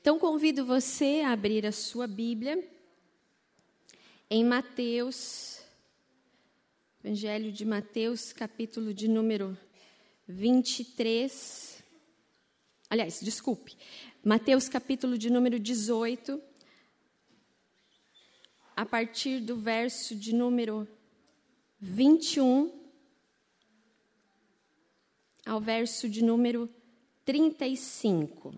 Então, convido você a abrir a sua Bíblia em Mateus, Evangelho de Mateus, capítulo de número 23. Aliás, desculpe. Mateus, capítulo de número 18, a partir do verso de número 21 ao verso de número 35.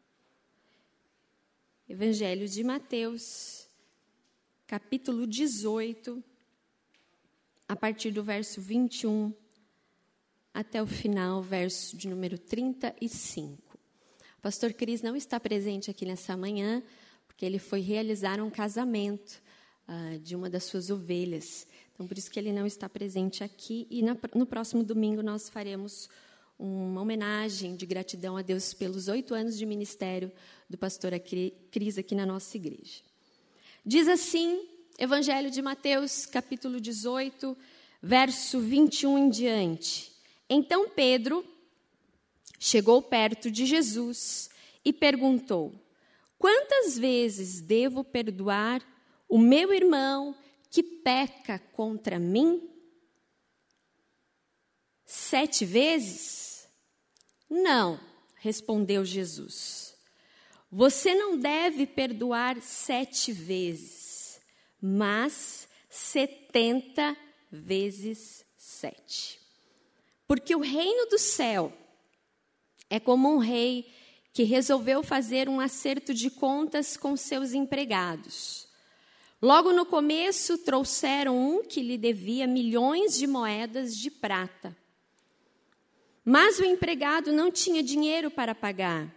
Evangelho de Mateus, capítulo 18, a partir do verso 21 até o final, verso de número 35. O pastor Cris não está presente aqui nessa manhã, porque ele foi realizar um casamento de uma das suas ovelhas. Então, por isso que ele não está presente aqui. E no próximo domingo nós faremos uma homenagem de gratidão a Deus pelos 8 anos de ministério do pastor Cris aqui na nossa igreja. Diz assim, Evangelho de Mateus, capítulo 18, verso 21 em diante. Então Pedro chegou perto de Jesus e perguntou: quantas vezes devo perdoar o meu irmão que peca contra mim? 7 vezes? Não, respondeu Jesus. Você não deve perdoar 7 vezes, mas 70 vezes 7. Porque o reino do céu é como um rei que resolveu fazer um acerto de contas com seus empregados. Logo no começo, trouxeram um que lhe devia milhões de moedas de prata. Mas o empregado não tinha dinheiro para pagar.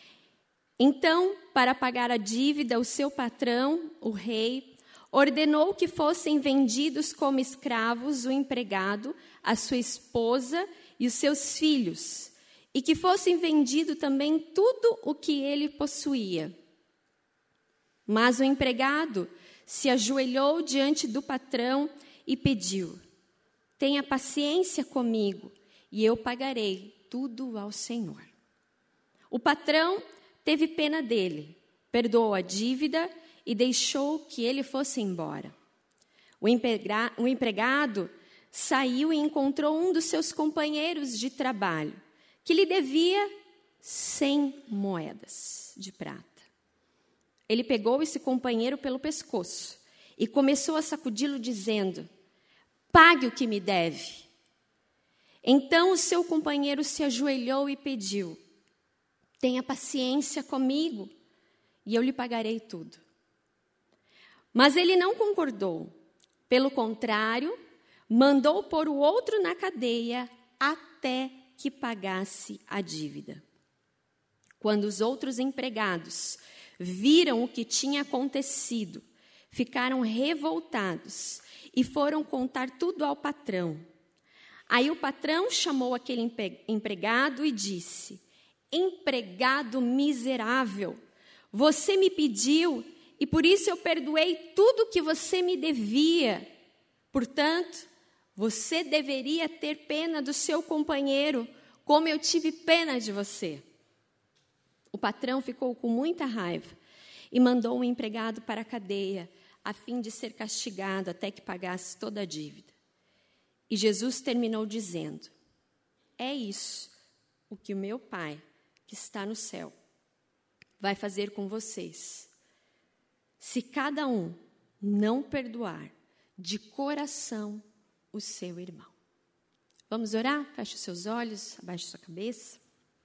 Então, para pagar a dívida, o seu patrão, o rei, ordenou que fossem vendidos como escravos o empregado, a sua esposa e os seus filhos, e que fossem vendido também tudo o que ele possuía. Mas o empregado se ajoelhou diante do patrão e pediu: tenha paciência comigo, e eu pagarei tudo ao Senhor. O patrão teve pena dele, perdoou a dívida e deixou que ele fosse embora. O empregado saiu e encontrou um dos seus companheiros de trabalho, que lhe devia 100 moedas de prata. Ele pegou esse companheiro pelo pescoço e começou a sacudi-lo, dizendo: pague o que me deve. Então o seu companheiro se ajoelhou e pediu: tenha paciência comigo, e eu lhe pagarei tudo. Mas ele não concordou. Pelo contrário, mandou pôr o outro na cadeia até que pagasse a dívida. Quando os outros empregados viram o que tinha acontecido, ficaram revoltados e foram contar tudo ao patrão. Aí o patrão chamou aquele empregado e disse: empregado miserável, você me pediu e por isso eu perdoei tudo que você me devia. Portanto, você deveria ter pena do seu companheiro, como eu tive pena de você. O patrão ficou com muita raiva e mandou o empregado para a cadeia, a fim de ser castigado até que pagasse toda a dívida. E Jesus terminou dizendo: é isso o que o meu Pai, que está no céu, vai fazer com vocês, se cada um não perdoar de coração o seu irmão. Vamos orar? Feche os seus olhos, abaixe sua cabeça.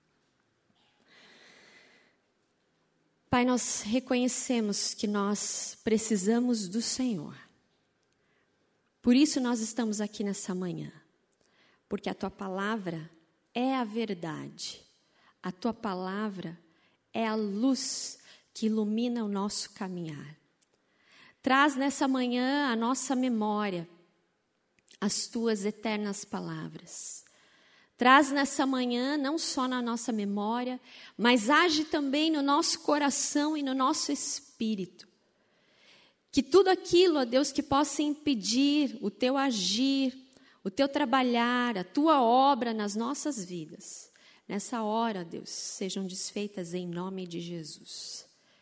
Pai, nós reconhecemos que nós precisamos do Senhor. Por isso nós estamos aqui nessa manhã, porque a Tua palavra é a verdade. A Tua palavra é a luz que ilumina o nosso caminhar. Traz nessa manhã a nossa memória as Tuas eternas palavras. Traz nessa manhã, não só na nossa memória, mas age também no nosso coração e no nosso espírito. Que tudo aquilo, ó Deus, que possa impedir o Teu agir, o Teu trabalhar, a Tua obra nas nossas vidas, nessa hora, Deus, sejam desfeitas em nome de Jesus.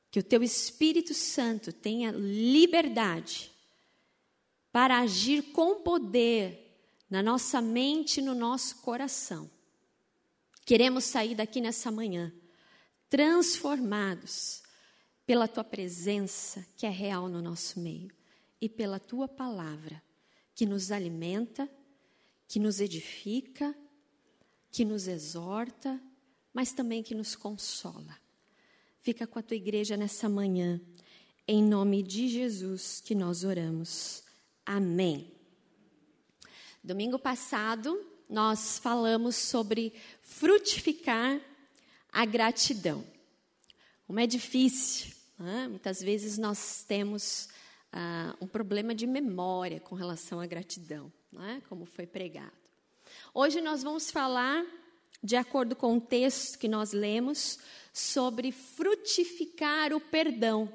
que o teu Espírito Santo tenha liberdade para agir com poder na nossa mente e no nosso coração. Queremos sair daqui nessa manhã transformados pela tua presença, que é real no nosso meio, e pela tua palavra, que nos alimenta, que nos edifica, que nos exorta, mas também que nos consola. Fica com a tua igreja nessa manhã, em nome de Jesus que nós oramos. Amém. Domingo passado, nós falamos sobre frutificar a gratidão. Como é difícil, né? Muitas vezes nós temos um problema de memória com relação à gratidão, né? Como foi pregado. Hoje nós vamos falar, de acordo com o texto que nós lemos, sobre frutificar o perdão.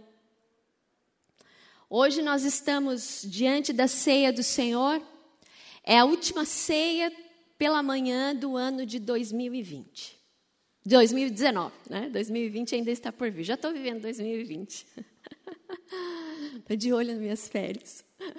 Hoje nós estamos diante da ceia do Senhor. É a última ceia pela manhã do ano de 2020. 2019, né? 2020 ainda está por vir. Já estou vivendo 2020. Estou de olho nas minhas férias.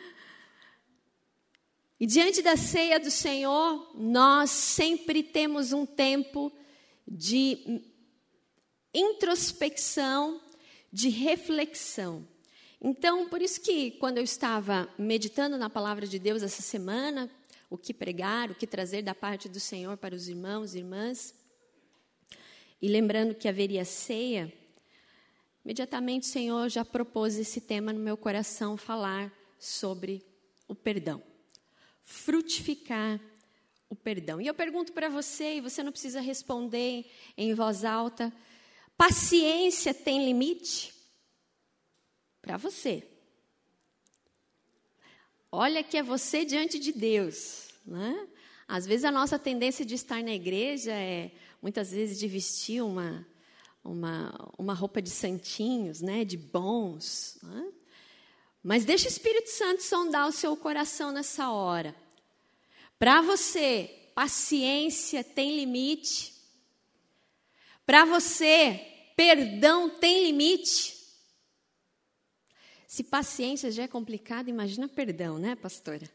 E diante da ceia do Senhor, nós sempre temos um tempo de introspecção, de reflexão. Então, por isso que quando eu estava meditando na palavra de Deus essa semana, o que pregar, o que trazer da parte do Senhor para os irmãos e irmãs, e lembrando que haveria ceia, imediatamente o Senhor já propôs esse tema no meu coração, falar sobre o perdão. Frutificar o perdão. E eu pergunto para você, e você não precisa responder em voz alta, paciência tem limite? Para você. Olha que é você diante de Deus, né? Às vezes a nossa tendência de estar na igreja é, muitas vezes, de vestir uma roupa de santinhos, né? De bons, né? Mas deixa o Espírito Santo sondar o seu coração nessa hora. Para você, paciência tem limite? Para você, perdão tem limite? Se paciência já é complicado, imagina perdão, né, pastora?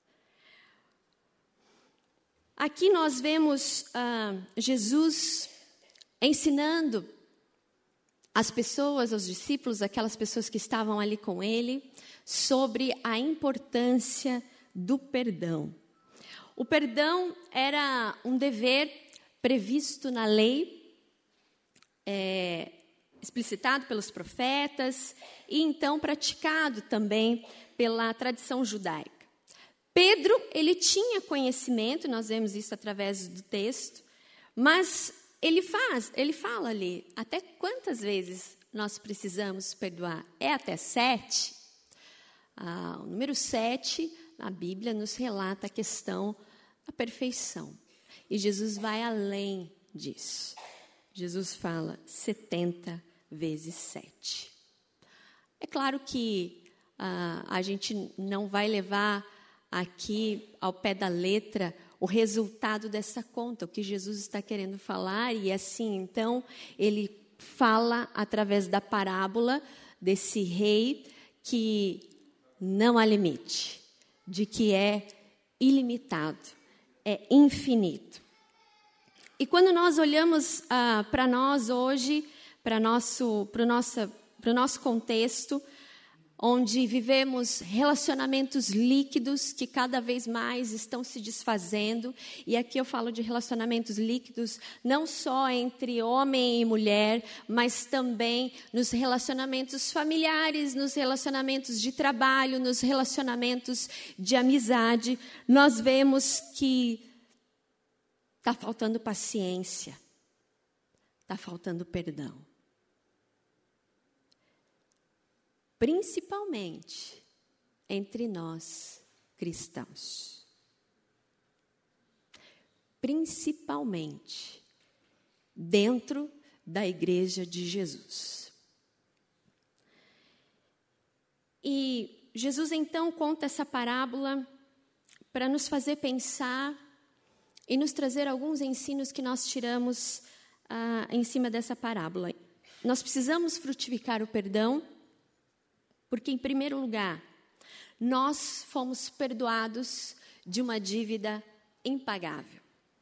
Aqui nós vemos Jesus ensinando as pessoas, os discípulos, aquelas pessoas que estavam ali com ele, sobre a importância do perdão. O perdão era um dever previsto na lei, explicitado pelos profetas e então praticado também pela tradição judaica. Pedro, ele tinha conhecimento, nós vemos isso através do texto, mas ele fala ali, até quantas vezes nós precisamos perdoar? É até 7? O número 7, na Bíblia, nos relata a questão da perfeição. E Jesus vai além disso. Jesus fala 70 vezes 7. É claro que a gente não vai levar aqui ao pé da letra o resultado dessa conta, o que Jesus está querendo falar, e assim, então, ele fala através da parábola desse rei que não há limite, de que é ilimitado, é infinito. E quando nós olhamos para nós hoje, para o nosso contexto, onde vivemos relacionamentos líquidos que cada vez mais estão se desfazendo, e aqui eu falo de relacionamentos líquidos não só entre homem e mulher, mas também nos relacionamentos familiares, nos relacionamentos de trabalho, nos relacionamentos de amizade, nós vemos que está faltando paciência, está faltando perdão. Principalmente entre nós cristãos. Principalmente dentro da igreja de Jesus. E Jesus então conta essa parábola para nos fazer pensar e nos trazer alguns ensinos que nós tiramos em cima dessa parábola. nós precisamos frutificar o perdão, porque, em primeiro lugar, nós fomos perdoados de uma dívida impagável.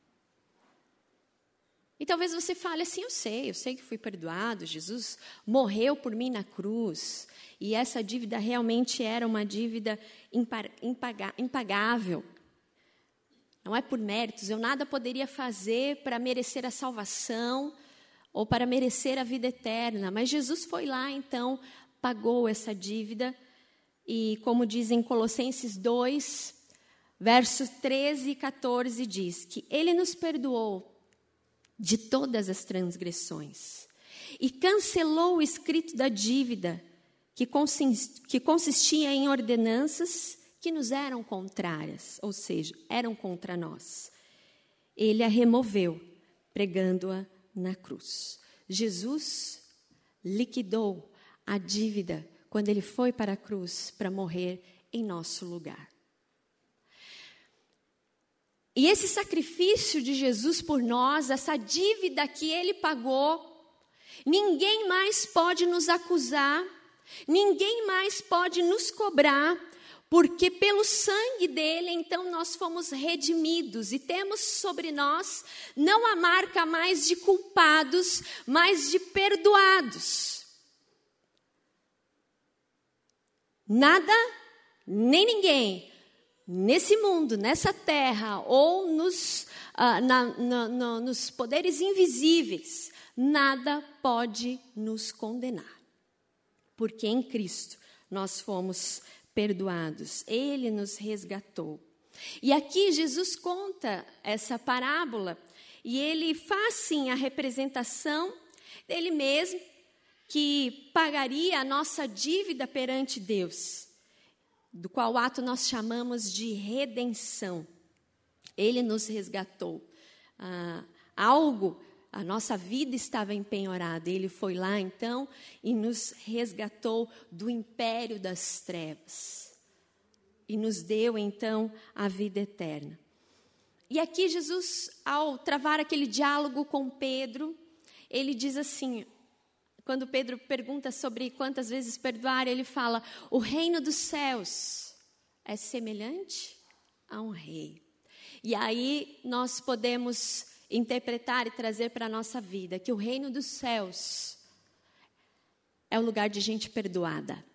E talvez você fale assim, eu sei que fui perdoado, Jesus morreu por mim na cruz, e essa dívida realmente era uma dívida impagável. Não é por méritos, eu nada poderia fazer para merecer a salvação ou para merecer a vida eterna, mas Jesus foi lá, então, pagou essa dívida, e como diz em Colossenses 2, versos 13 e 14, diz que Ele nos perdoou de todas as transgressões e cancelou o escrito da dívida que consistia em ordenanças que nos eram contrárias, ou seja, eram contra nós. Ele a removeu, pregando-a na cruz. Jesus liquidou a dívida quando Ele foi para a cruz para morrer em nosso lugar. E esse sacrifício de Jesus por nós, essa dívida que Ele pagou, ninguém mais pode nos acusar, ninguém mais pode nos cobrar, porque pelo sangue dele, então, nós fomos redimidos e temos sobre nós não a marca mais de culpados, mas de perdoados. Nada, nem ninguém, nesse mundo, nessa terra, ou nos poderes invisíveis, nada pode nos condenar. Porque em Cristo nós fomos perdoados, Ele nos resgatou. E aqui Jesus conta essa parábola, e Ele faz sim a representação dele mesmo, que pagaria a nossa dívida perante Deus, do qual ato nós chamamos de redenção. Ele nos resgatou. A nossa vida estava empenhorada. Ele foi lá, então, e nos resgatou do império das trevas. E nos deu, então, a vida eterna. E aqui Jesus, ao travar aquele diálogo com Pedro, ele diz assim, quando Pedro pergunta sobre quantas vezes perdoar, ele fala, o reino dos céus é semelhante a um rei. E aí nós podemos interpretar e trazer para a nossa vida que o reino dos céus é o lugar de gente perdoada.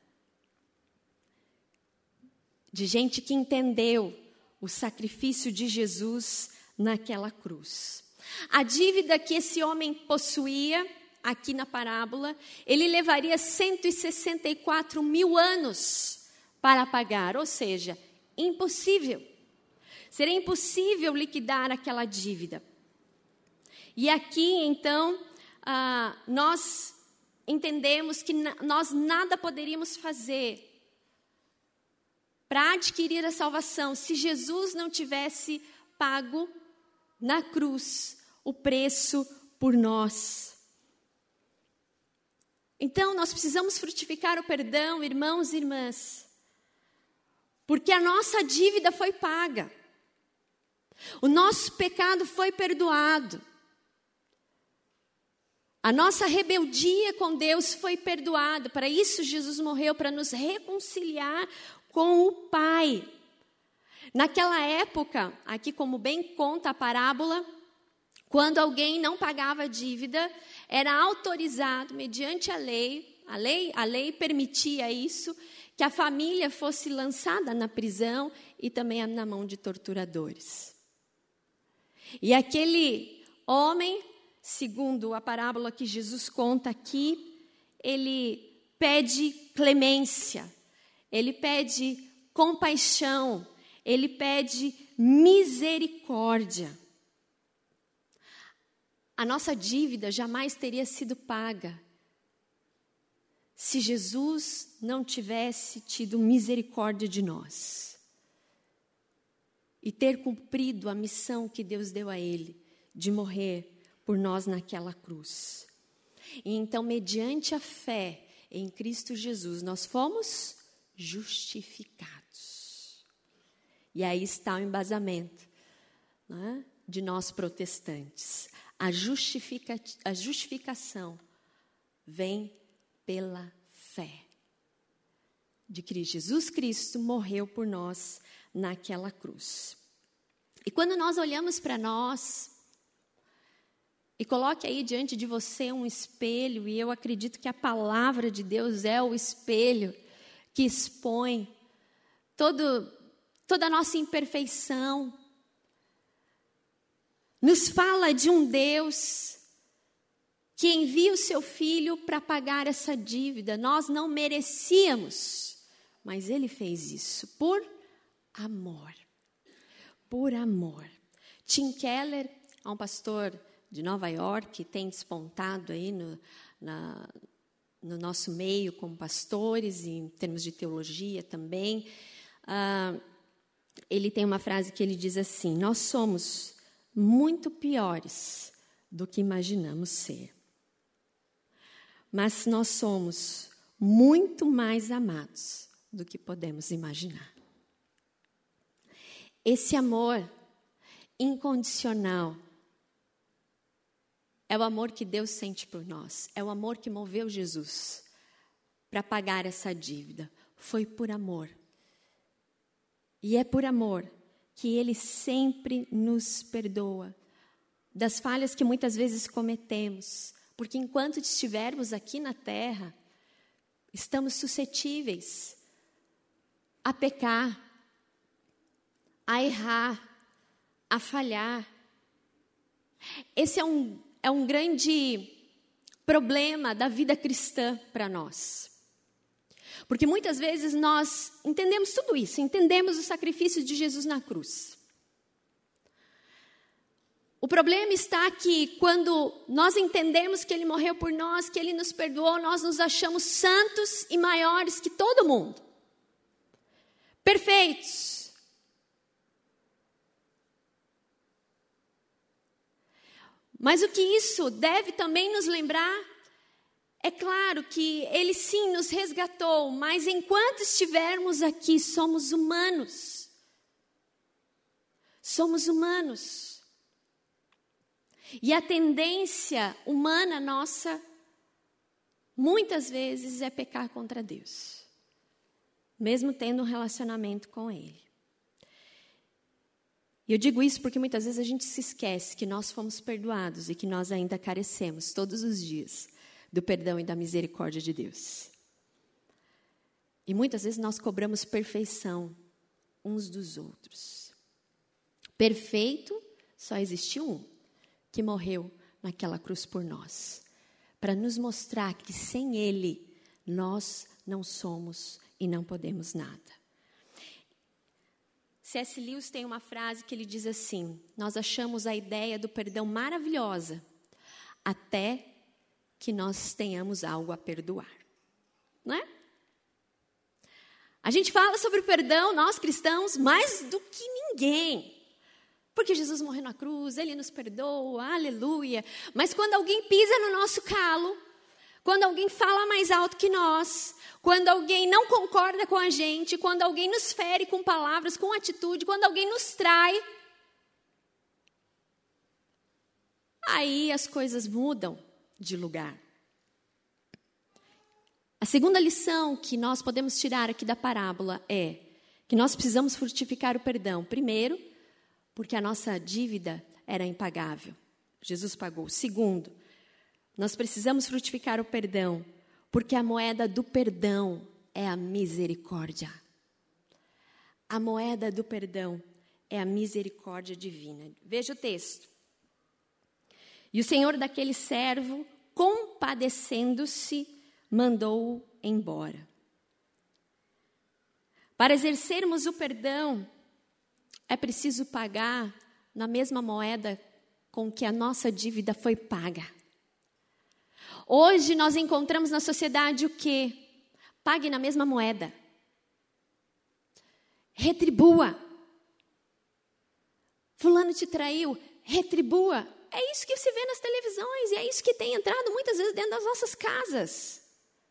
De gente que entendeu o sacrifício de Jesus naquela cruz. A dívida que esse homem possuía, aqui na parábola, ele levaria 164 mil anos para pagar, ou seja, impossível. Seria impossível liquidar aquela dívida. E aqui, então, nós entendemos que nós nada poderíamos fazer para adquirir a salvação se Jesus não tivesse pago na cruz o preço por nós. Então, nós precisamos frutificar o perdão, irmãos e irmãs, porque a nossa dívida foi paga. O nosso pecado foi perdoado. A nossa rebeldia com Deus foi perdoada. Para isso, Jesus morreu, para nos reconciliar com o Pai. Naquela época, aqui como bem conta a parábola, quando alguém não pagava a dívida, era autorizado, mediante a lei permitia isso, que a família fosse lançada na prisão e também na mão de torturadores. E aquele homem, segundo a parábola que Jesus conta aqui, ele pede clemência, ele pede compaixão, ele pede misericórdia. A nossa dívida jamais teria sido paga se Jesus não tivesse tido misericórdia de nós e ter cumprido a missão que Deus deu a ele de morrer por nós naquela cruz. E então, mediante a fé em Cristo Jesus, nós fomos justificados. E aí está o embasamento, né, de nós protestantes. A justificação vem pela fé de que Jesus Cristo morreu por nós naquela cruz. E quando nós olhamos para nós, e coloque aí diante de você um espelho, e eu acredito que a palavra de Deus é o espelho que expõe toda a nossa imperfeição, nos fala de um Deus que envia o seu Filho para pagar essa dívida. Nós não merecíamos, mas Ele fez isso por amor. Por amor. Tim Keller é um pastor de Nova York, tem despontado aí no nosso meio como pastores, em termos de teologia também. Ele tem uma frase que ele diz assim: nós somos muito piores do que imaginamos ser. Mas nós somos muito mais amados do que podemos imaginar. Esse amor incondicional é o amor que Deus sente por nós. É o amor que moveu Jesus para pagar essa dívida. Foi por amor. E é por amor que Ele sempre nos perdoa das falhas que muitas vezes cometemos. Porque enquanto estivermos aqui na terra, estamos suscetíveis a pecar, a errar, a falhar. Esse é um grande problema da vida cristã para nós. Porque muitas vezes nós entendemos tudo isso, entendemos o sacrifício de Jesus na cruz. O problema está que quando nós entendemos que Ele morreu por nós, que Ele nos perdoou, nós nos achamos santos e maiores que todo mundo. Perfeitos. Mas o que isso deve também nos lembrar, é claro que Ele sim nos resgatou, mas enquanto estivermos aqui, somos humanos. Somos humanos. E a tendência humana nossa, muitas vezes, é pecar contra Deus, mesmo tendo um relacionamento com Ele. E eu digo isso porque muitas vezes a gente se esquece que nós fomos perdoados e que nós ainda carecemos todos os dias do perdão e da misericórdia de Deus. E muitas vezes nós cobramos perfeição uns dos outros. Perfeito, só existiu um, que morreu naquela cruz por nós, para nos mostrar que sem Ele nós não somos e não podemos nada. C.S. Lewis tem uma frase que ele diz assim: nós achamos a ideia do perdão maravilhosa até que nós tenhamos algo a perdoar. Não é? A gente fala sobre o perdão, nós cristãos, mais do que ninguém. Porque Jesus morreu na cruz, Ele nos perdoa, aleluia. Mas quando alguém pisa no nosso calo, quando alguém fala mais alto que nós, quando alguém não concorda com a gente, quando alguém nos fere com palavras, com atitude, quando alguém nos trai, aí as coisas mudam de lugar. A segunda lição que nós podemos tirar aqui da parábola é que nós precisamos frutificar o perdão. Primeiro, porque a nossa dívida era impagável. Jesus pagou. Segundo, nós precisamos frutificar o perdão, porque a moeda do perdão é a misericórdia. A moeda do perdão é a misericórdia divina. Veja o texto. E o senhor daquele servo, compadecendo-se, mandou-o embora. Para exercermos o perdão, é preciso pagar na mesma moeda com que a nossa dívida foi paga. Hoje nós encontramos na sociedade o quê? Pague na mesma moeda. Retribua. Fulano te traiu, retribua. É isso que se vê nas televisões e é isso que tem entrado muitas vezes dentro das nossas casas.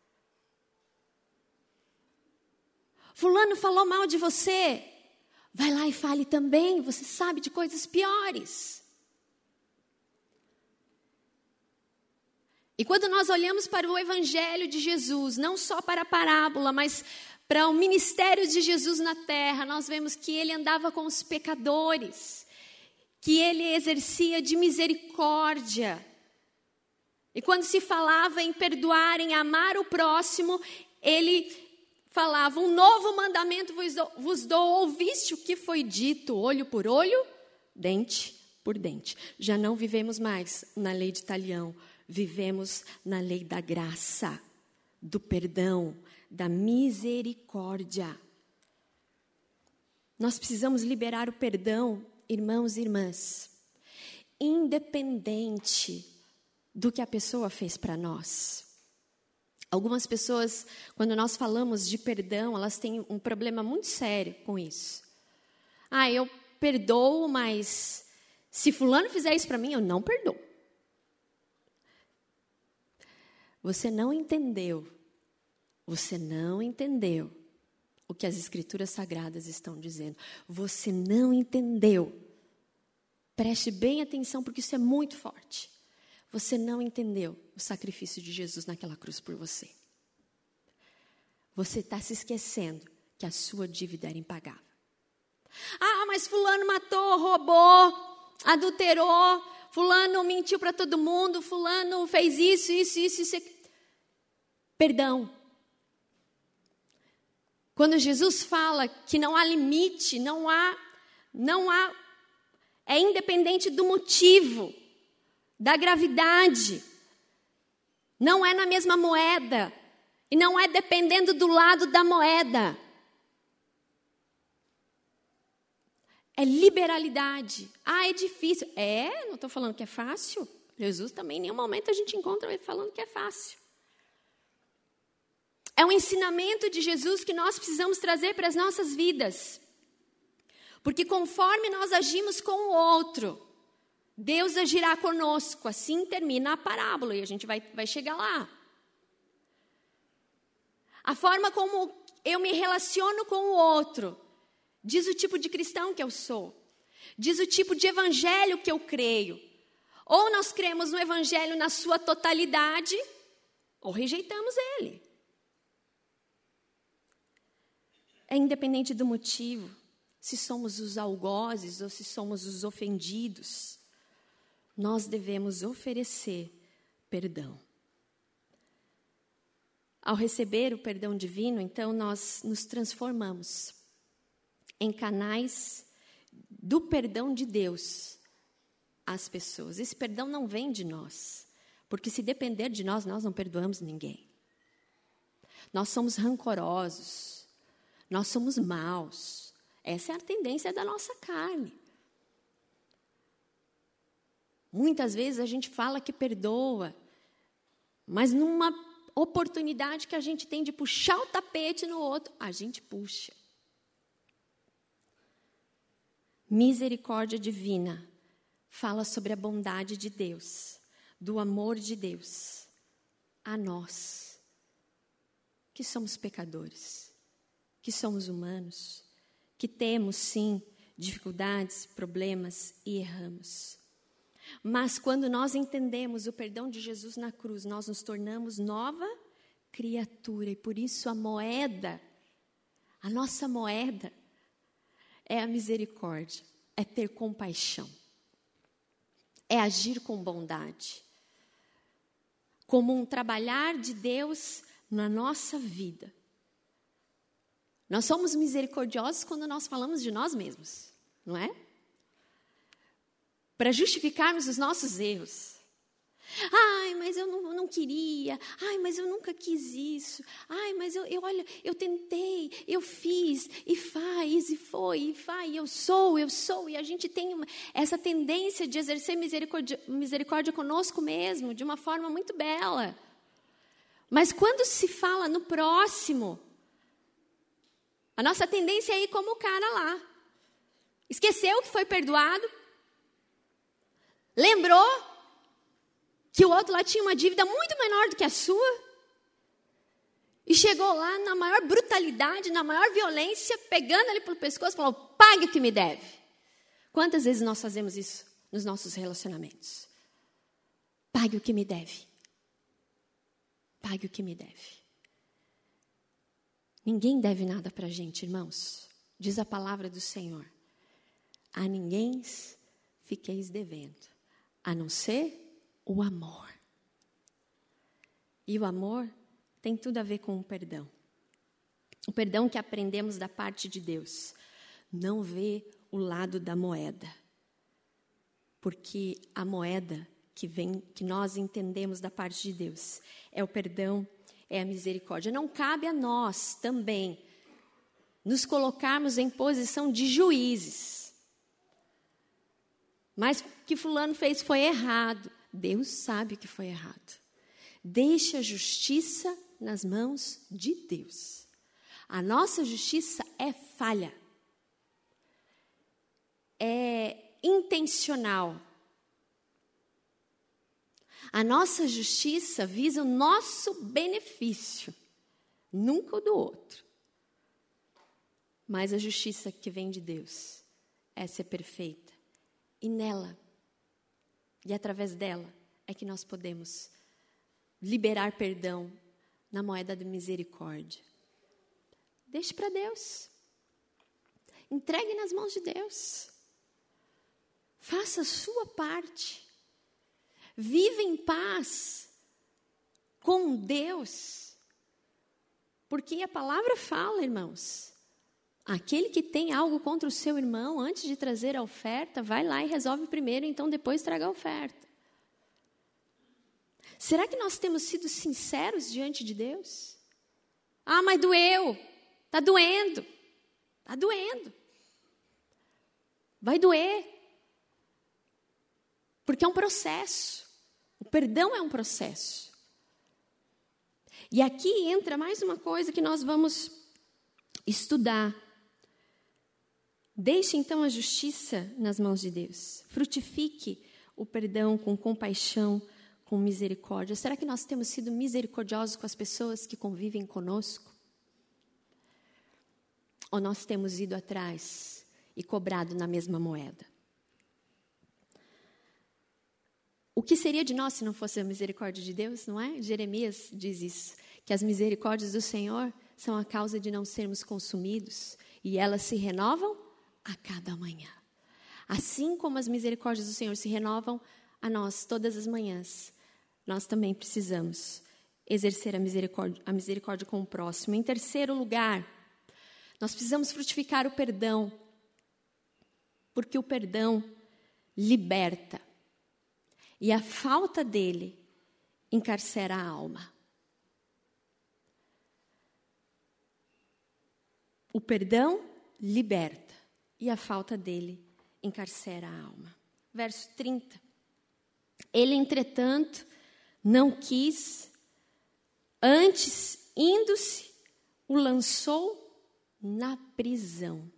Fulano falou mal de você, vai lá e fale também, você sabe de coisas piores. E quando nós olhamos para o evangelho de Jesus, não só para a parábola, mas para o ministério de Jesus na terra, nós vemos que ele andava com os pecadores, que ele exercia de misericórdia. E quando se falava em perdoar, em amar o próximo, ele falava: um novo mandamento vos dou, ouviste o que foi dito, olho por olho, dente por dente. Já não vivemos mais na lei de talião, vivemos na lei da graça, do perdão, da misericórdia. Nós precisamos liberar o perdão, irmãos e irmãs, independente do que a pessoa fez para nós. Algumas pessoas, quando nós falamos de perdão, elas têm um problema muito sério com isso. Eu perdoo, mas se fulano fizer isso para mim, eu não perdoo. Você não entendeu o que as Escrituras Sagradas estão dizendo. Você não entendeu. Preste bem atenção, porque isso é muito forte. Você não entendeu o sacrifício de Jesus naquela cruz por você. Você está se esquecendo que a sua dívida era impagável. Mas fulano matou, roubou, adulterou, fulano mentiu para todo mundo, fulano fez isso. Perdão. Quando Jesus fala que não há limite, não há, é independente do motivo, da gravidade, não é na mesma moeda, e não é dependendo do lado da moeda. É liberalidade. É difícil. Não estou falando que é fácil. Jesus também, em nenhum momento a gente encontra ele falando que é fácil. É um ensinamento de Jesus que nós precisamos trazer para as nossas vidas. Porque conforme nós agimos com o outro, Deus agirá conosco. Assim termina a parábola e a gente vai chegar lá. A forma como eu me relaciono com o outro diz o tipo de cristão que eu sou. Diz o tipo de evangelho que eu creio. Ou nós cremos no evangelho na sua totalidade, ou rejeitamos ele. É independente do motivo, se somos os algozes ou se somos os ofendidos. Nós devemos oferecer perdão. Ao receber o perdão divino, então, nós nos transformamos em canais do perdão de Deus às pessoas. Esse perdão não vem de nós, porque se depender de nós, nós não perdoamos ninguém. Nós somos rancorosos, nós somos maus. Essa é a tendência da nossa carne. Muitas vezes a gente fala que perdoa, mas numa oportunidade que a gente tem de puxar o tapete no outro, a gente puxa. Misericórdia divina fala sobre a bondade de Deus, do amor de Deus a nós, que somos pecadores, que somos humanos, que temos, sim, dificuldades, problemas e erramos. Mas quando nós entendemos o perdão de Jesus na cruz, nós nos tornamos nova criatura. E por isso a nossa moeda, é a misericórdia, é ter compaixão, é agir com bondade, como um trabalhar de Deus na nossa vida. Nós somos misericordiosos quando nós falamos de nós mesmos, não é? Para justificarmos os nossos erros. Mas eu não queria. Mas eu nunca quis isso. Mas olha, eu tentei, eu fiz, e faz, e foi, e faz, e eu sou. E a gente tem essa tendência de exercer misericórdia conosco mesmo, de uma forma muito bela. Mas quando se fala no próximo, a nossa tendência é ir como o cara lá. Esqueceu que foi perdoado. Lembrou que o outro lá tinha uma dívida muito menor do que a sua. E chegou lá na maior brutalidade, na maior violência, pegando ele pelo pescoço e falou: pague o que me deve. Quantas vezes nós fazemos isso nos nossos relacionamentos? Pague o que me deve. pague o que me deve. Ninguém deve nada para a gente, irmãos. Diz a palavra do Senhor. A ninguém fiqueis devendo, a não ser o amor. E o amor tem tudo a ver com o perdão. O perdão que aprendemos da parte de Deus. Não vê o lado da moeda. Porque a moeda que nós entendemos da parte de Deus é o perdão, é a misericórdia. Não cabe a nós também nos colocarmos em posição de juízes. Mas o que fulano fez foi errado. Deus sabe que foi errado. Deixe a justiça nas mãos de Deus. A nossa justiça é falha. É intencional. A nossa justiça visa o nosso benefício, nunca o do outro. Mas a justiça que vem de Deus, essa é perfeita. E nela, e através dela, é que nós podemos liberar perdão na moeda da misericórdia. Deixe para Deus. Entregue nas mãos de Deus. Faça a sua parte. Viva em paz com Deus. Porque a palavra fala, irmãos, aquele que tem algo contra o seu irmão, antes de trazer a oferta, vai lá e resolve primeiro, então depois traga a oferta. Será que nós temos sido sinceros diante de Deus? Ah, mas doeu. Está doendo. Está doendo. Vai doer. Porque é um processo. O perdão é um processo. E aqui entra mais uma coisa que nós vamos estudar. Deixe então a justiça nas mãos de Deus. Frutifique o perdão com compaixão, com misericórdia. Será que nós temos sido misericordiosos com as pessoas que convivem conosco? Ou nós temos ido atrás e cobrado na mesma moeda? O que seria de nós se não fosse a misericórdia de Deus, não é? Jeremias diz isso, que as misericórdias do Senhor são a causa de não sermos consumidos, e elas se renovam a cada manhã. Assim como as misericórdias do Senhor se renovam a nós todas as manhãs, nós também precisamos exercer a misericórdia com o próximo. Em terceiro lugar, nós precisamos frutificar o perdão, porque o perdão liberta. E a falta dele encarcera a alma. O perdão liberta. E a falta dele encarcera a alma. Verso 30. Ele, entretanto, não quis, antes, indo-se, o lançou na prisão.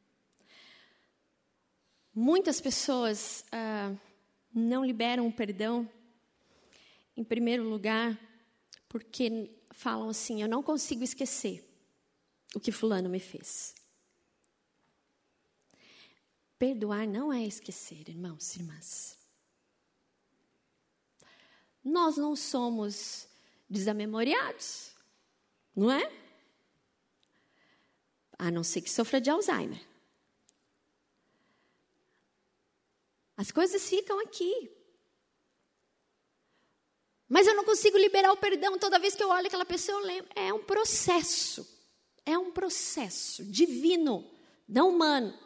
Muitas pessoas não liberam o perdão, em primeiro lugar, porque falam assim, eu não consigo esquecer o que fulano me fez. Perdoar não é esquecer, irmãos e irmãs. Nós não somos desamemoriados, não é? A não ser que sofra de Alzheimer. As coisas ficam aqui. Mas eu não consigo liberar o perdão. Toda vez que eu olho aquela pessoa, eu lembro. É um processo. É um processo divino, não humano.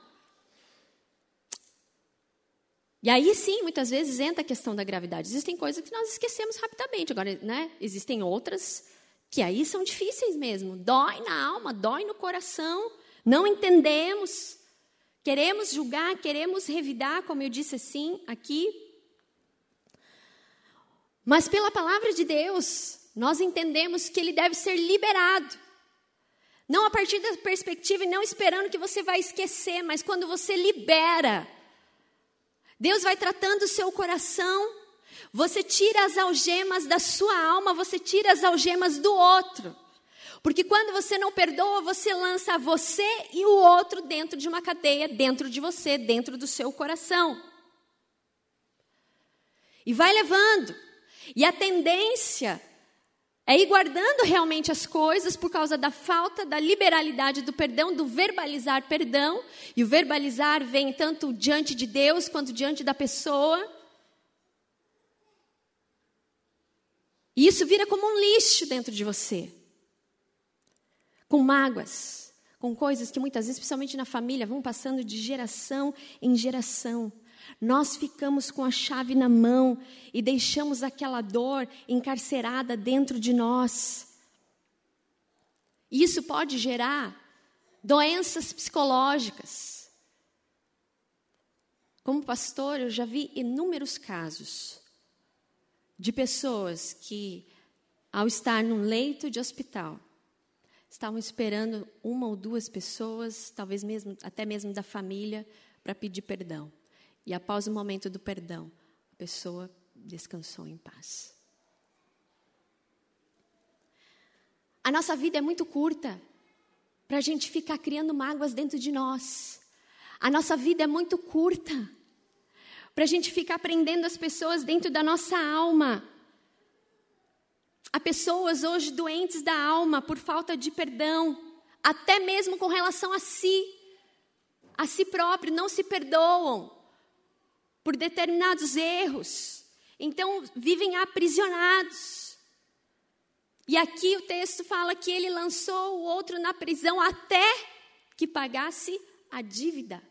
E aí sim, muitas vezes entra a questão da gravidade. Existem coisas que nós esquecemos rapidamente. Agora, né, existem outras que aí são difíceis mesmo. Dói na alma, dói no coração. Não entendemos. Queremos julgar, queremos revidar, como eu disse assim, aqui. Mas pela palavra de Deus, nós entendemos que ele deve ser liberado. Não a partir da perspectiva e não esperando que você vai esquecer, mas quando você libera, Deus vai tratando o seu coração, você tira as algemas da sua alma, você tira as algemas do outro. Porque quando você não perdoa, você lança você e o outro dentro de uma cadeia, dentro de você, dentro do seu coração. E vai levando. E a tendência É ir guardando realmente as coisas por causa da falta da liberalidade do perdão, do verbalizar perdão. E o verbalizar vem tanto diante de Deus quanto diante da pessoa. E isso vira como um lixo dentro de você. Com mágoas, com coisas que muitas vezes, especialmente na família, vão passando de geração em geração. Nós ficamos com a chave na mão e deixamos aquela dor encarcerada dentro de nós. E isso pode gerar doenças psicológicas. Como pastor, eu já vi inúmeros casos de pessoas que, ao estar num leito de hospital, estavam esperando uma ou duas pessoas, talvez mesmo, até mesmo da família, para pedir perdão. E após o momento do perdão, a pessoa descansou em paz. A nossa vida é muito curta para a gente ficar criando mágoas dentro de nós. A nossa vida é muito curta para a gente ficar prendendo as pessoas dentro da nossa alma. Há pessoas hoje doentes da alma por falta de perdão, até mesmo com relação a si próprio, não se perdoam por determinados erros, então vivem aprisionados. E aqui o texto fala que ele lançou o outro na prisão até que pagasse a dívida.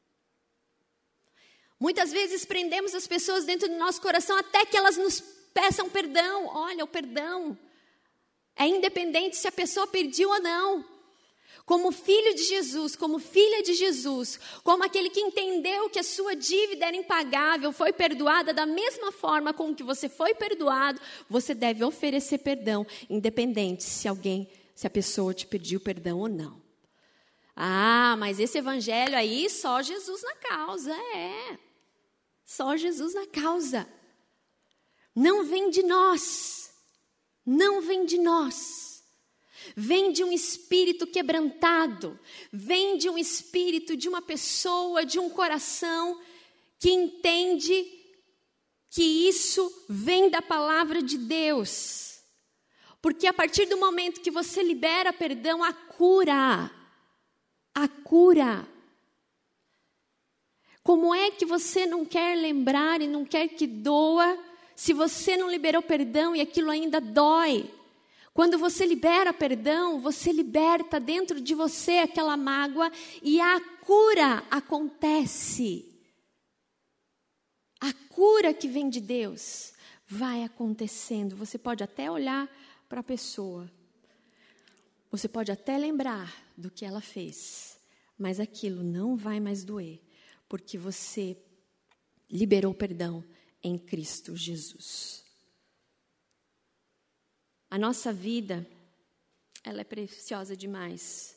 Muitas vezes prendemos as pessoas dentro do nosso coração até que elas nos peçam perdão. Olha, o perdão é independente se a pessoa pediu ou não. Como filho de Jesus, como filha de Jesus, como aquele que entendeu que a sua dívida era impagável, foi perdoada da mesma forma com que você foi perdoado, você deve oferecer perdão, independente se a pessoa te pediu perdão ou não. Ah, mas esse evangelho aí, só Jesus na causa. Só Jesus na causa. Não vem de nós. Não vem de nós. Vem de um espírito quebrantado, vem de um espírito, de uma pessoa, de um coração que entende que isso vem da palavra de Deus. Porque a partir do momento que você libera perdão, a cura. Como é que você não quer lembrar e não quer que doa, se você não liberou perdão e aquilo ainda dói? Quando você libera perdão, você liberta dentro de você aquela mágoa e a cura acontece. A cura que vem de Deus vai acontecendo. Você pode até olhar para a pessoa. Você pode até lembrar do que ela fez. Mas aquilo não vai mais doer. Porque você liberou perdão em Cristo Jesus. A nossa vida, ela é preciosa demais.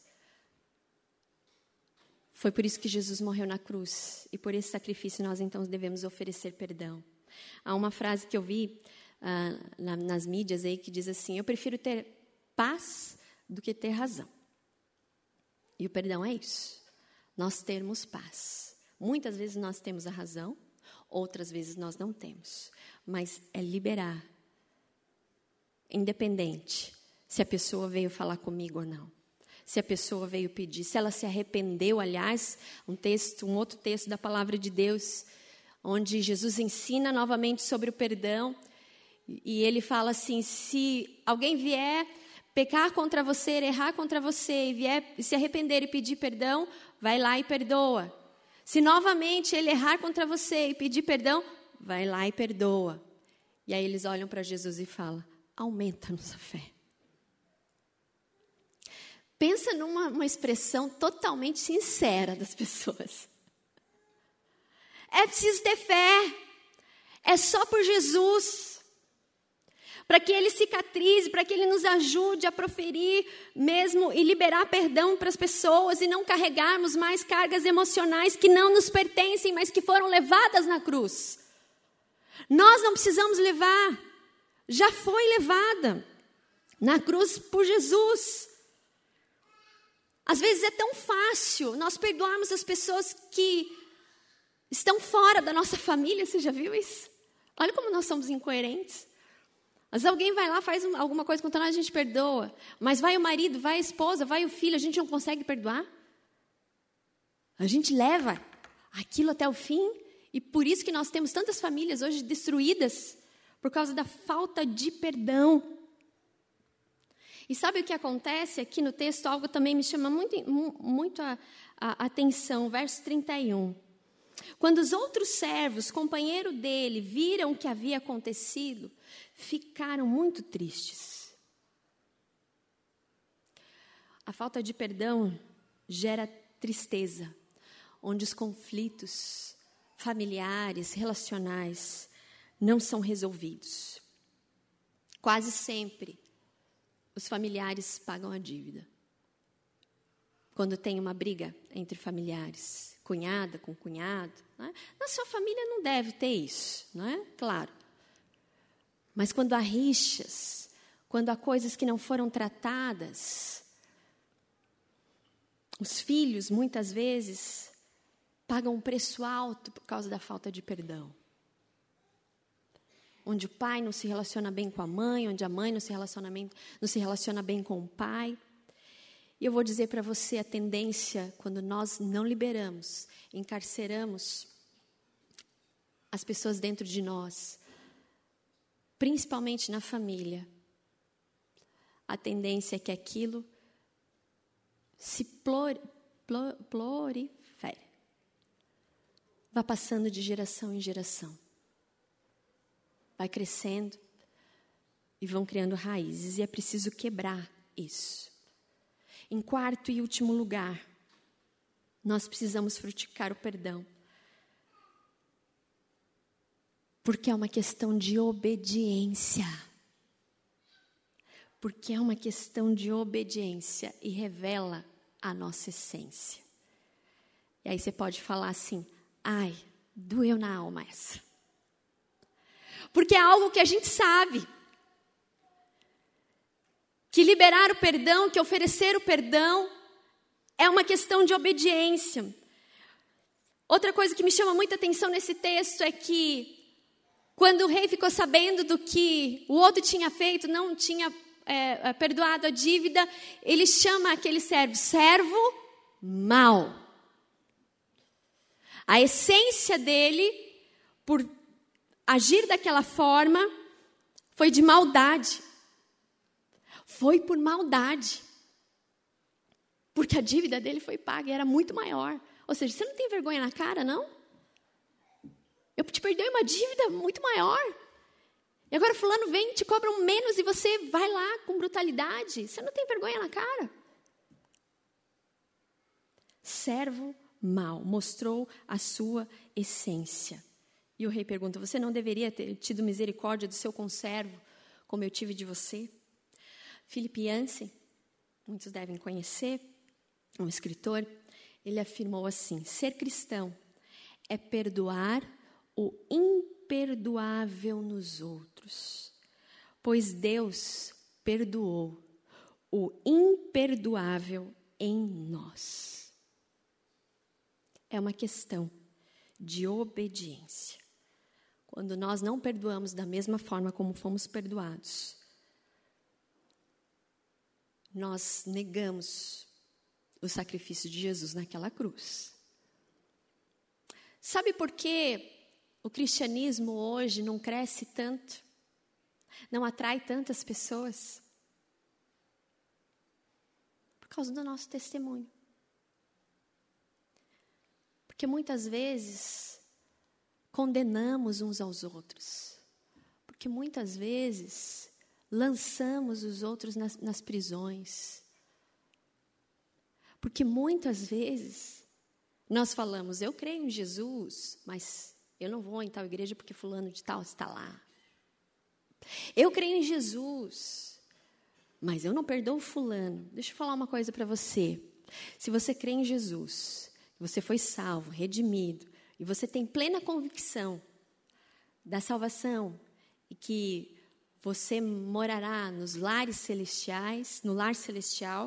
Foi por isso que Jesus morreu na cruz. E por esse sacrifício nós então devemos oferecer perdão. Há uma frase que eu vi nas mídias aí que diz assim: eu prefiro ter paz do que ter razão. E o perdão é isso. Nós termos paz. Muitas vezes nós temos a razão, outras vezes nós não temos. Mas é liberar. Independente se a pessoa veio falar comigo ou não. Se a pessoa veio pedir, se ela se arrependeu, aliás, um outro texto da palavra de Deus, onde Jesus ensina novamente sobre o perdão, e ele fala assim: se alguém vier pecar contra você, errar contra você, e vier se arrepender e pedir perdão, vai lá e perdoa. Se novamente ele errar contra você e pedir perdão, vai lá e perdoa. E aí eles olham para Jesus e falam: aumenta a nossa fé. Pensa numa expressão totalmente sincera das pessoas. É preciso ter fé. É só por Jesus. Para que Ele cicatrize, para que Ele nos ajude a proferir mesmo e liberar perdão para as pessoas e não carregarmos mais cargas emocionais que não nos pertencem, mas que foram levadas na cruz. Nós não precisamos levar. Já foi levada na cruz por Jesus. Às vezes é tão fácil nós perdoarmos as pessoas que estão fora da nossa família. Você já viu isso? Olha como nós somos incoerentes. Mas alguém vai lá, faz alguma coisa contra nós, a gente perdoa. Mas vai o marido, vai a esposa, vai o filho, a gente não consegue perdoar. A gente leva aquilo até o fim. E por isso que nós temos tantas famílias hoje destruídas, por causa da falta de perdão. E sabe o que acontece aqui no texto? Algo também me chama muito a atenção, verso 31. Quando os outros servos, companheiro dele, viram o que havia acontecido, ficaram muito tristes. A falta de perdão gera tristeza, onde os conflitos familiares, relacionais, não são resolvidos. Quase sempre, os familiares pagam a dívida. Quando tem uma briga entre familiares, cunhada com cunhado, né? Na sua família não deve ter isso, não é? Claro. Mas quando há rixas, quando há coisas que não foram tratadas, os filhos, muitas vezes, pagam um preço alto por causa da falta de perdão. Onde o pai não se relaciona bem com a mãe, onde a mãe não se relaciona bem com o pai. E eu vou dizer para você, a tendência, quando nós não liberamos, encarceramos as pessoas dentro de nós, principalmente na família, a tendência é que aquilo se prolifere. Vai passando de geração em geração. Vai crescendo e vão criando raízes. E é preciso quebrar isso. Em quarto e último lugar, nós precisamos frutificar o perdão. Porque é uma questão de obediência. Porque é uma questão de obediência e revela a nossa essência. E aí você pode falar assim, ai, doeu na alma essa. Porque é algo que a gente sabe. Que liberar o perdão, que oferecer o perdão, é uma questão de obediência. Outra coisa que me chama muita atenção nesse texto é que, quando o rei ficou sabendo do que o outro tinha feito, não tinha perdoado a dívida, ele chama aquele servo mau. A essência dele, por agir daquela forma, foi de maldade. Foi por maldade. Porque a dívida dele foi paga e era muito maior. Ou seja, você não tem vergonha na cara, não? Eu te perdoei uma dívida muito maior. E agora fulano vem e te cobra um menos e você vai lá com brutalidade. Você não tem vergonha na cara? Servo mau, mostrou a sua essência. E o rei pergunta, você não deveria ter tido misericórdia do seu conservo, como eu tive de você? Philip Yancey, muitos devem conhecer, um escritor, ele afirmou assim, ser cristão é perdoar o imperdoável nos outros, pois Deus perdoou o imperdoável em nós. É uma questão de obediência. Quando nós não perdoamos da mesma forma como fomos perdoados, nós negamos o sacrifício de Jesus naquela cruz. Sabe por que o cristianismo hoje não cresce tanto? Não atrai tantas pessoas? Por causa do nosso testemunho. Porque muitas vezes condenamos uns aos outros. Porque muitas vezes lançamos os outros nas prisões. Porque muitas vezes nós falamos, eu creio em Jesus, mas eu não vou em tal igreja porque fulano de tal está lá. Eu creio em Jesus, mas eu não perdoo fulano. Deixa eu falar uma coisa para você. Se você crê em Jesus, você foi salvo, redimido, e você tem plena convicção da salvação e que você morará nos lares celestiais, no lar celestial,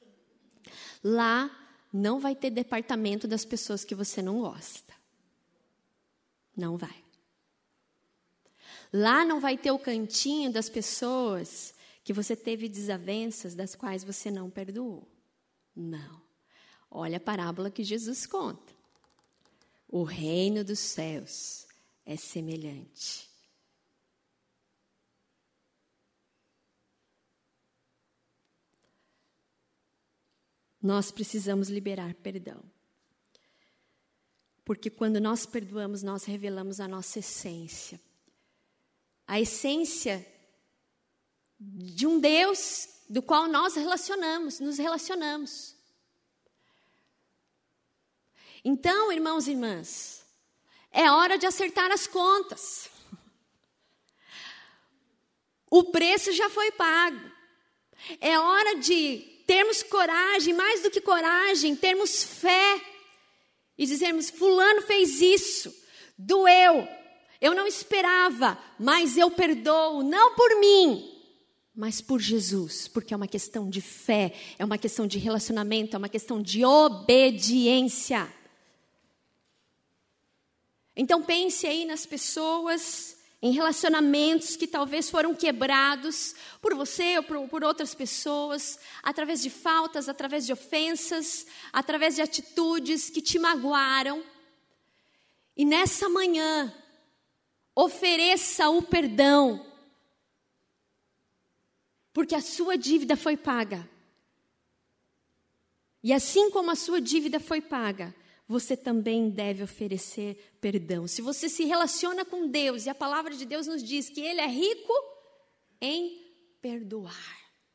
lá não vai ter departamento das pessoas que você não gosta. Não vai. Lá não vai ter o cantinho das pessoas que você teve desavenças, das quais você não perdoou. Não. Olha a parábola que Jesus conta. O reino dos céus é semelhante. Nós precisamos liberar perdão. Porque quando nós perdoamos, nós revelamos a nossa essência. A essência de um Deus do qual nós nos relacionamos. Então, irmãos e irmãs, é hora de acertar as contas. O preço já foi pago. É hora de termos coragem, mais do que coragem, termos fé e dizermos: fulano fez isso, doeu, eu não esperava, mas eu perdoo, não por mim, mas por Jesus, porque é uma questão de fé, é uma questão de relacionamento, é uma questão de obediência. Então pense aí nas pessoas, em relacionamentos que talvez foram quebrados por você ou por outras pessoas, através de faltas, através de ofensas, através de atitudes que te magoaram. E nessa manhã, ofereça o perdão, porque a sua dívida foi paga. E assim como a sua dívida foi paga, você também deve oferecer perdão. Se você se relaciona com Deus, e a palavra de Deus nos diz que Ele é rico em perdoar.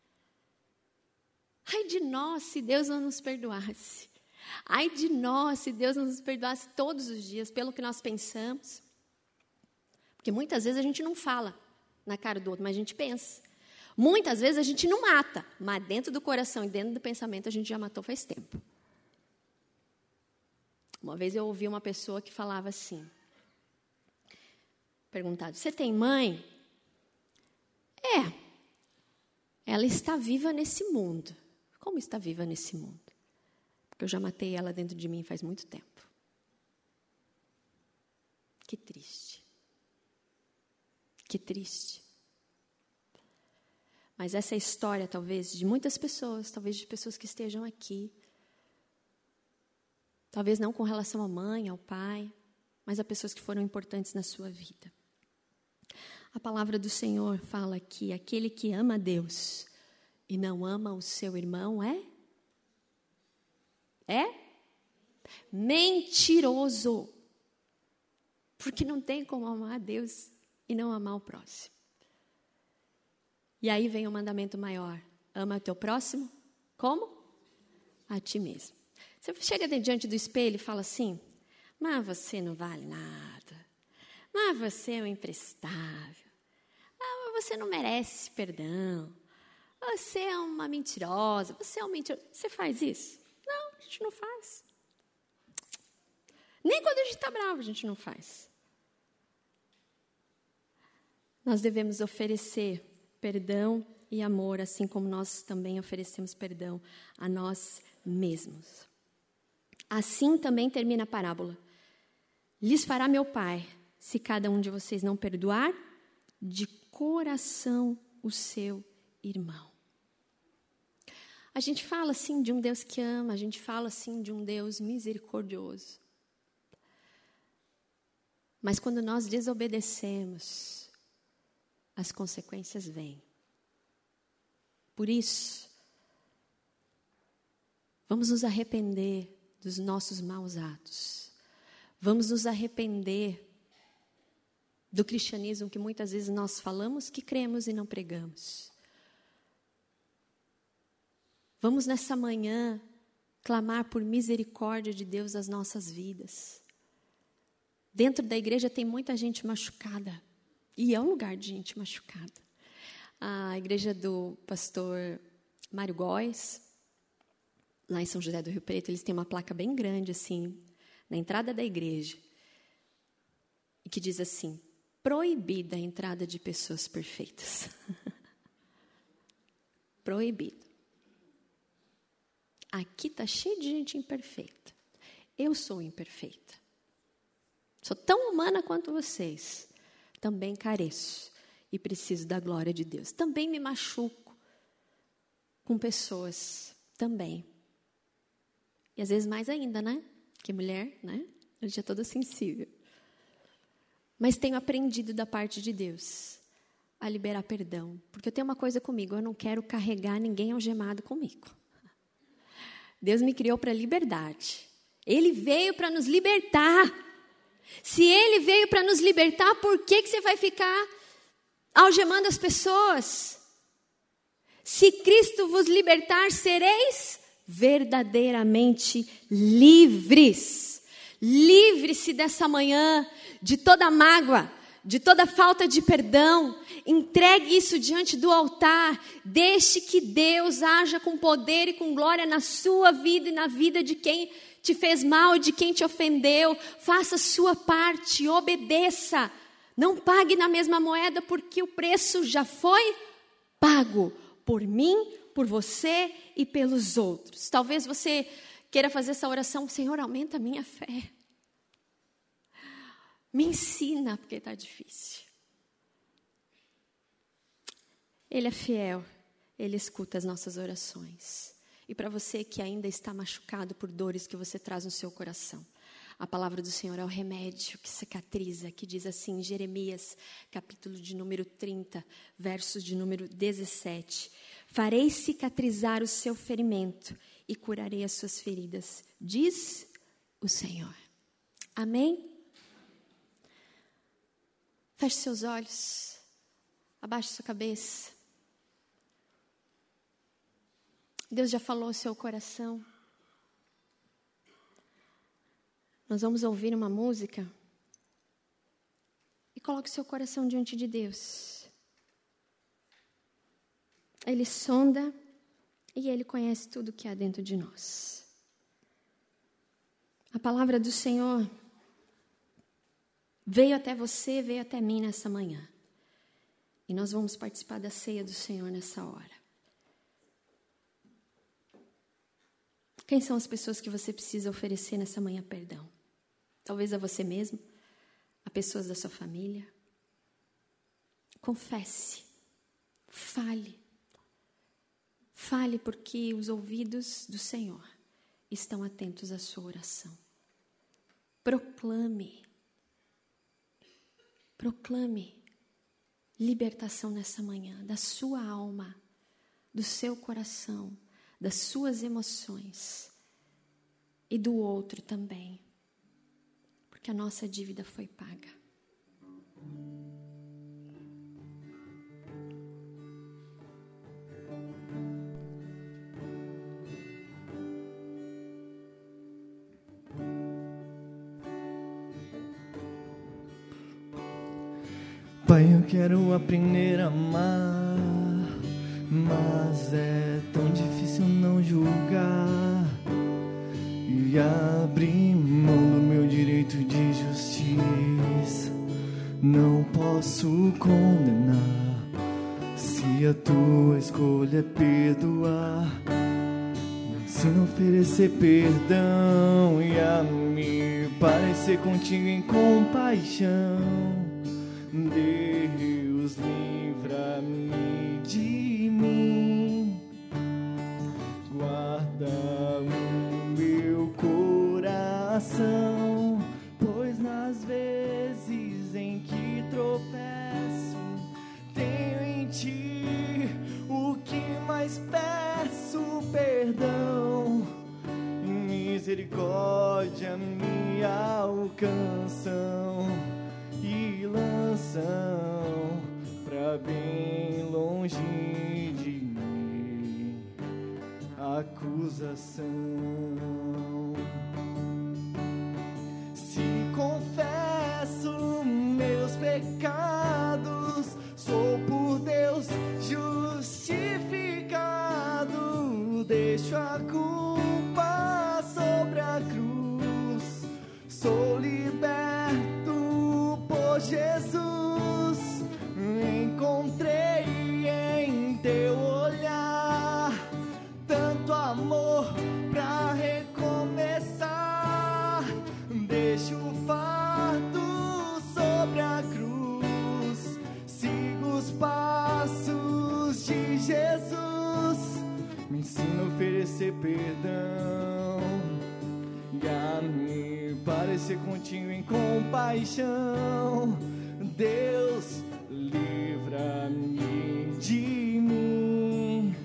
Ai de nós se Deus não nos perdoasse. Ai de nós se Deus não nos perdoasse todos os dias pelo que nós pensamos. Porque muitas vezes a gente não fala na cara do outro, mas a gente pensa. Muitas vezes a gente não mata, mas dentro do coração e dentro do pensamento a gente já matou faz tempo. Uma vez eu ouvi uma pessoa que falava assim, perguntado: você tem mãe? Ela está viva nesse mundo. Como está viva nesse mundo? Porque eu já matei ela dentro de mim faz muito tempo. Que triste. Que triste. Mas essa é a história, talvez, de muitas pessoas, talvez de pessoas que estejam aqui. Talvez não com relação à mãe, ao pai, mas a pessoas que foram importantes na sua vida. A palavra do Senhor fala que aquele que ama a Deus e não ama o seu irmão é mentiroso. Porque não tem como amar a Deus e não amar o próximo. E aí vem o mandamento maior: ama o teu próximo como? A ti mesmo. Você chega diante do espelho e fala assim: mas você não vale nada. Mas você é um imprestável. Ah, mas você não merece perdão. Você é uma mentirosa. Você é um mentiroso. Você faz isso? Não, a gente não faz. Nem quando a gente está bravo a gente não faz. Nós devemos oferecer perdão e amor, assim como nós também oferecemos perdão a nós mesmos. Assim também termina a parábola. Lhes fará meu Pai, se cada um de vocês não perdoar de coração o seu irmão. A gente fala assim de um Deus que ama, a gente fala assim de um Deus misericordioso. Mas quando nós desobedecemos, as consequências vêm. Por isso, vamos nos arrepender dos nossos maus atos. Vamos nos arrepender do cristianismo que muitas vezes nós falamos que cremos e não pregamos. Vamos nessa manhã clamar por misericórdia de Deus nas nossas vidas. Dentro da igreja tem muita gente machucada. E é um lugar de gente machucada. A igreja do pastor Mário Góes, lá em São José do Rio Preto, eles têm uma placa bem grande, assim, na entrada da igreja, e que diz assim: proibida a entrada de pessoas perfeitas. Proibido. Aqui está cheio de gente imperfeita. Eu sou imperfeita. Sou tão humana quanto vocês. também careço e preciso da glória de Deus. Também me machuco com pessoas, também. E às vezes mais ainda, né? Que mulher, né? A gente é toda sensível. Mas tenho aprendido da parte de Deus a liberar perdão. Porque eu tenho uma coisa comigo, eu não quero carregar ninguém algemado comigo. Deus me criou para liberdade. Ele veio para nos libertar. Se Ele veio para nos libertar, por que você vai ficar algemando as pessoas? Se Cristo vos libertar, sereis verdadeiramente livres. Livre-se dessa manhã de toda mágoa, de toda falta de perdão. Entregue isso diante do altar. Deixe que Deus haja com poder e com glória na sua vida e na vida de quem te fez mal, de quem te ofendeu. Faça a sua parte, obedeça. Não pague na mesma moeda, porque o preço já foi pago por mim, por você e pelos outros. Talvez você queira fazer essa oração: Senhor, aumenta a minha fé. Me ensina, porque está difícil. Ele é fiel, Ele escuta as nossas orações. E para você que ainda está machucado por dores que você traz no seu coração, a palavra do Senhor é o remédio que cicatriza, que diz assim, Jeremias, capítulo de número 30, versos de número 17. Farei cicatrizar o seu ferimento e curarei as suas feridas, diz o Senhor. Amém? Feche seus olhos, abaixe sua cabeça. Deus já falou ao seu coração. Nós vamos ouvir uma música e coloque seu coração diante de Deus. Ele sonda e Ele conhece tudo que há dentro de nós. A palavra do Senhor veio até você, veio até mim nessa manhã. E nós vamos participar da ceia do Senhor nessa hora. Quem são as pessoas que você precisa oferecer nessa manhã perdão? Talvez a você mesmo, a pessoas da sua família. Confesse, fale. Fale, porque os ouvidos do Senhor estão atentos à sua oração. Proclame libertação nessa manhã, da sua alma, do seu coração, das suas emoções e do outro também, porque a nossa dívida foi paga. Pai, eu quero aprender a amar, mas é tão difícil não julgar e abrir mão do meu direito de justiça. Não posso condenar se a tua escolha é perdoar. Me ensina a oferecer perdão e a me parecer contigo em compaixão. Deus, livra-me de mim, guarda o meu coração, pois nas vezes em que tropeço, tenho em ti o que mais peço, perdão e misericórdia me alcançam e lançam pra bem longe de mim acusação. Se confesso meus pecados, sou por Deus justificado. Deixo a culpa sobre a cruz, sou liberto por Jesus. Encontrei em teu olhar tanto amor pra recomeçar. Deixo o fardo sobre a cruz, ensina a oferecer perdão e a me parecer contigo em compaixão. Deus, livra-me de mim,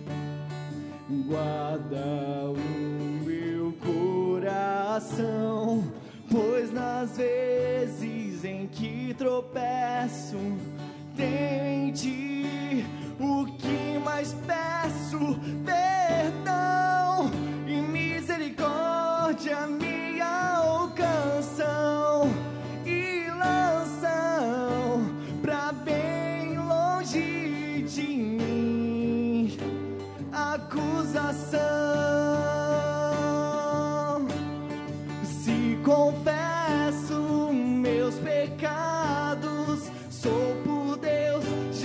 guarda o meu coração, pois nas vezes em que tropeço, tenho em ti o que mais peço: perdão e misericórdia me alcançam e lançam pra bem longe de mim acusação. Se confesso meus pecados, sou por Deus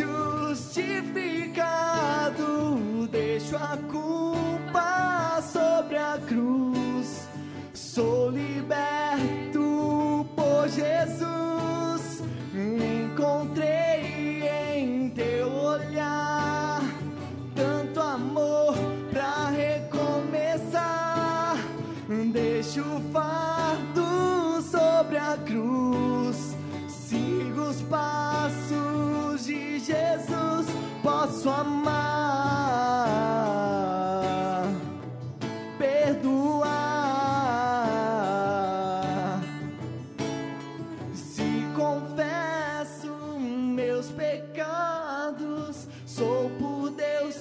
justificado. Deixo a culpa sobre a cruz, sou liberto por Jesus. Encontrei em teu olhar tanto amor pra recomeçar. Deixo o fardo sobre a cruz, sigo os passos de Jesus. Posso amar, perdoar. Se confesso meus pecados, sou por Deus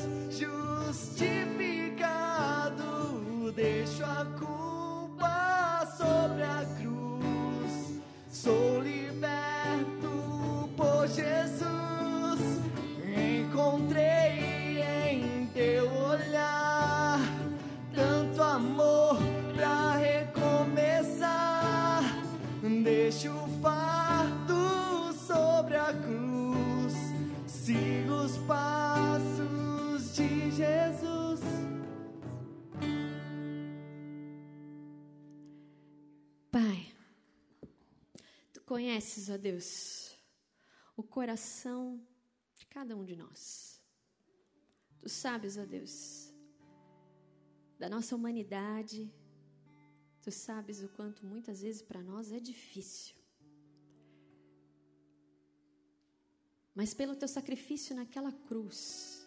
justificado. Deixo a culpa sobre a cruz, sou liberto por Jesus. Encontrei em teu olhar tanto amor pra recomeçar. Deixo o fardo sobre a cruz, sigo os passos de Jesus. Pai, Tu conheces, ó Deus, o coração de cada um de nós. Tu sabes, ó Deus, da nossa humanidade. Tu sabes o quanto muitas vezes para nós é difícil. Mas pelo Teu sacrifício naquela cruz,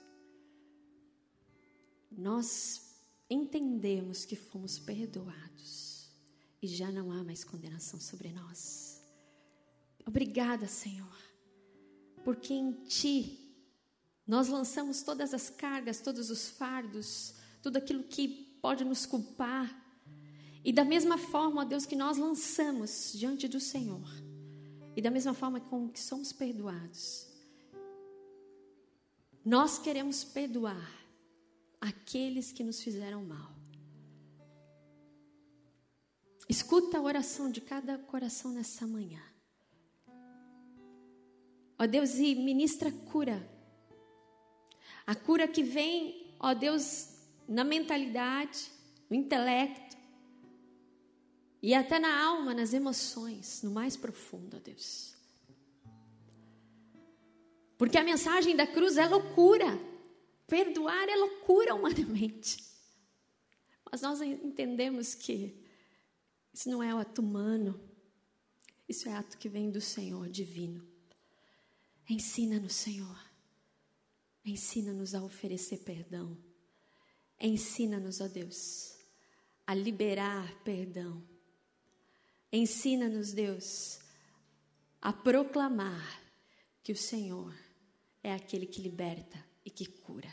nós entendemos que fomos perdoados e já não há mais condenação sobre nós. Obrigada, Senhor, porque em Ti nós lançamos todas as cargas, todos os fardos, tudo aquilo que pode nos culpar. E da mesma forma, ó Deus, que nós lançamos diante do Senhor, e da mesma forma com que somos perdoados, nós queremos perdoar aqueles que nos fizeram mal. Escuta a oração de cada coração nessa manhã. Ó Deus, e ministra cura. A cura que vem, ó Deus, na mentalidade, no intelecto, e até na alma, nas emoções, no mais profundo, ó Deus. Porque a mensagem da cruz é loucura. Perdoar é loucura humanamente. Mas nós entendemos que isso não é um ato humano. Isso é ato que vem do Senhor divino. Ensina-nos, Senhor. Ensina-nos a oferecer perdão. Ensina-nos, ó Deus, a liberar perdão. Ensina-nos, Deus, a proclamar que o Senhor é aquele que liberta e que cura.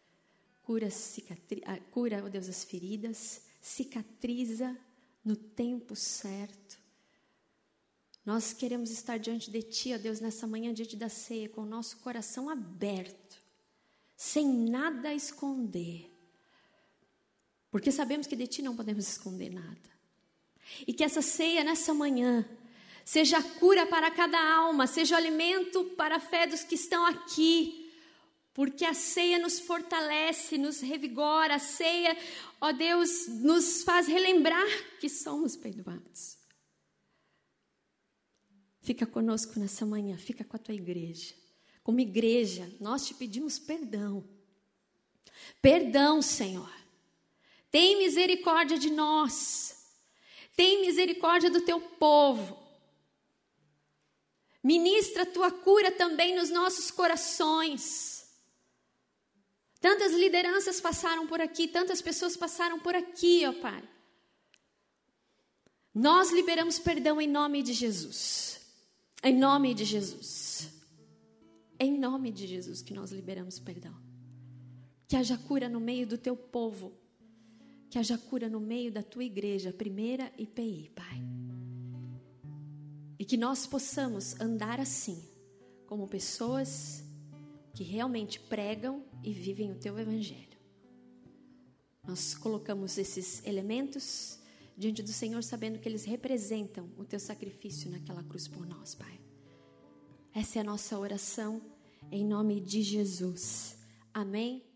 Cura, ó Deus, as feridas, cicatriza no tempo certo. Nós queremos estar diante de Ti, ó Deus, nessa manhã, diante da ceia, com o nosso coração aberto, sem nada a esconder. Porque sabemos que de Ti não podemos esconder nada. E que essa ceia nessa manhã seja a cura para cada alma, seja o alimento para a fé dos que estão aqui. Porque a ceia nos fortalece, nos revigora. A ceia, ó Deus, nos faz relembrar que somos perdoados. Fica conosco nessa manhã, fica com a Tua igreja. Como igreja, nós Te pedimos perdão. Perdão, Senhor. Tem misericórdia de nós. Tem misericórdia do teu povo. Ministra a tua cura também nos nossos corações. Tantas lideranças passaram por aqui, tantas pessoas passaram por aqui, ó Pai. Nós liberamos perdão em nome de Jesus. Em nome de Jesus. Em nome de Jesus que nós liberamos perdão. Que haja cura no meio do teu povo. Que haja cura no meio da tua igreja, Primeira IPI, Pai. E que nós possamos andar assim, como pessoas que realmente pregam e vivem o teu evangelho. Nós colocamos esses elementos diante do Senhor, sabendo que eles representam o teu sacrifício naquela cruz por nós, Pai. Essa é a nossa oração, em nome de Jesus. Amém.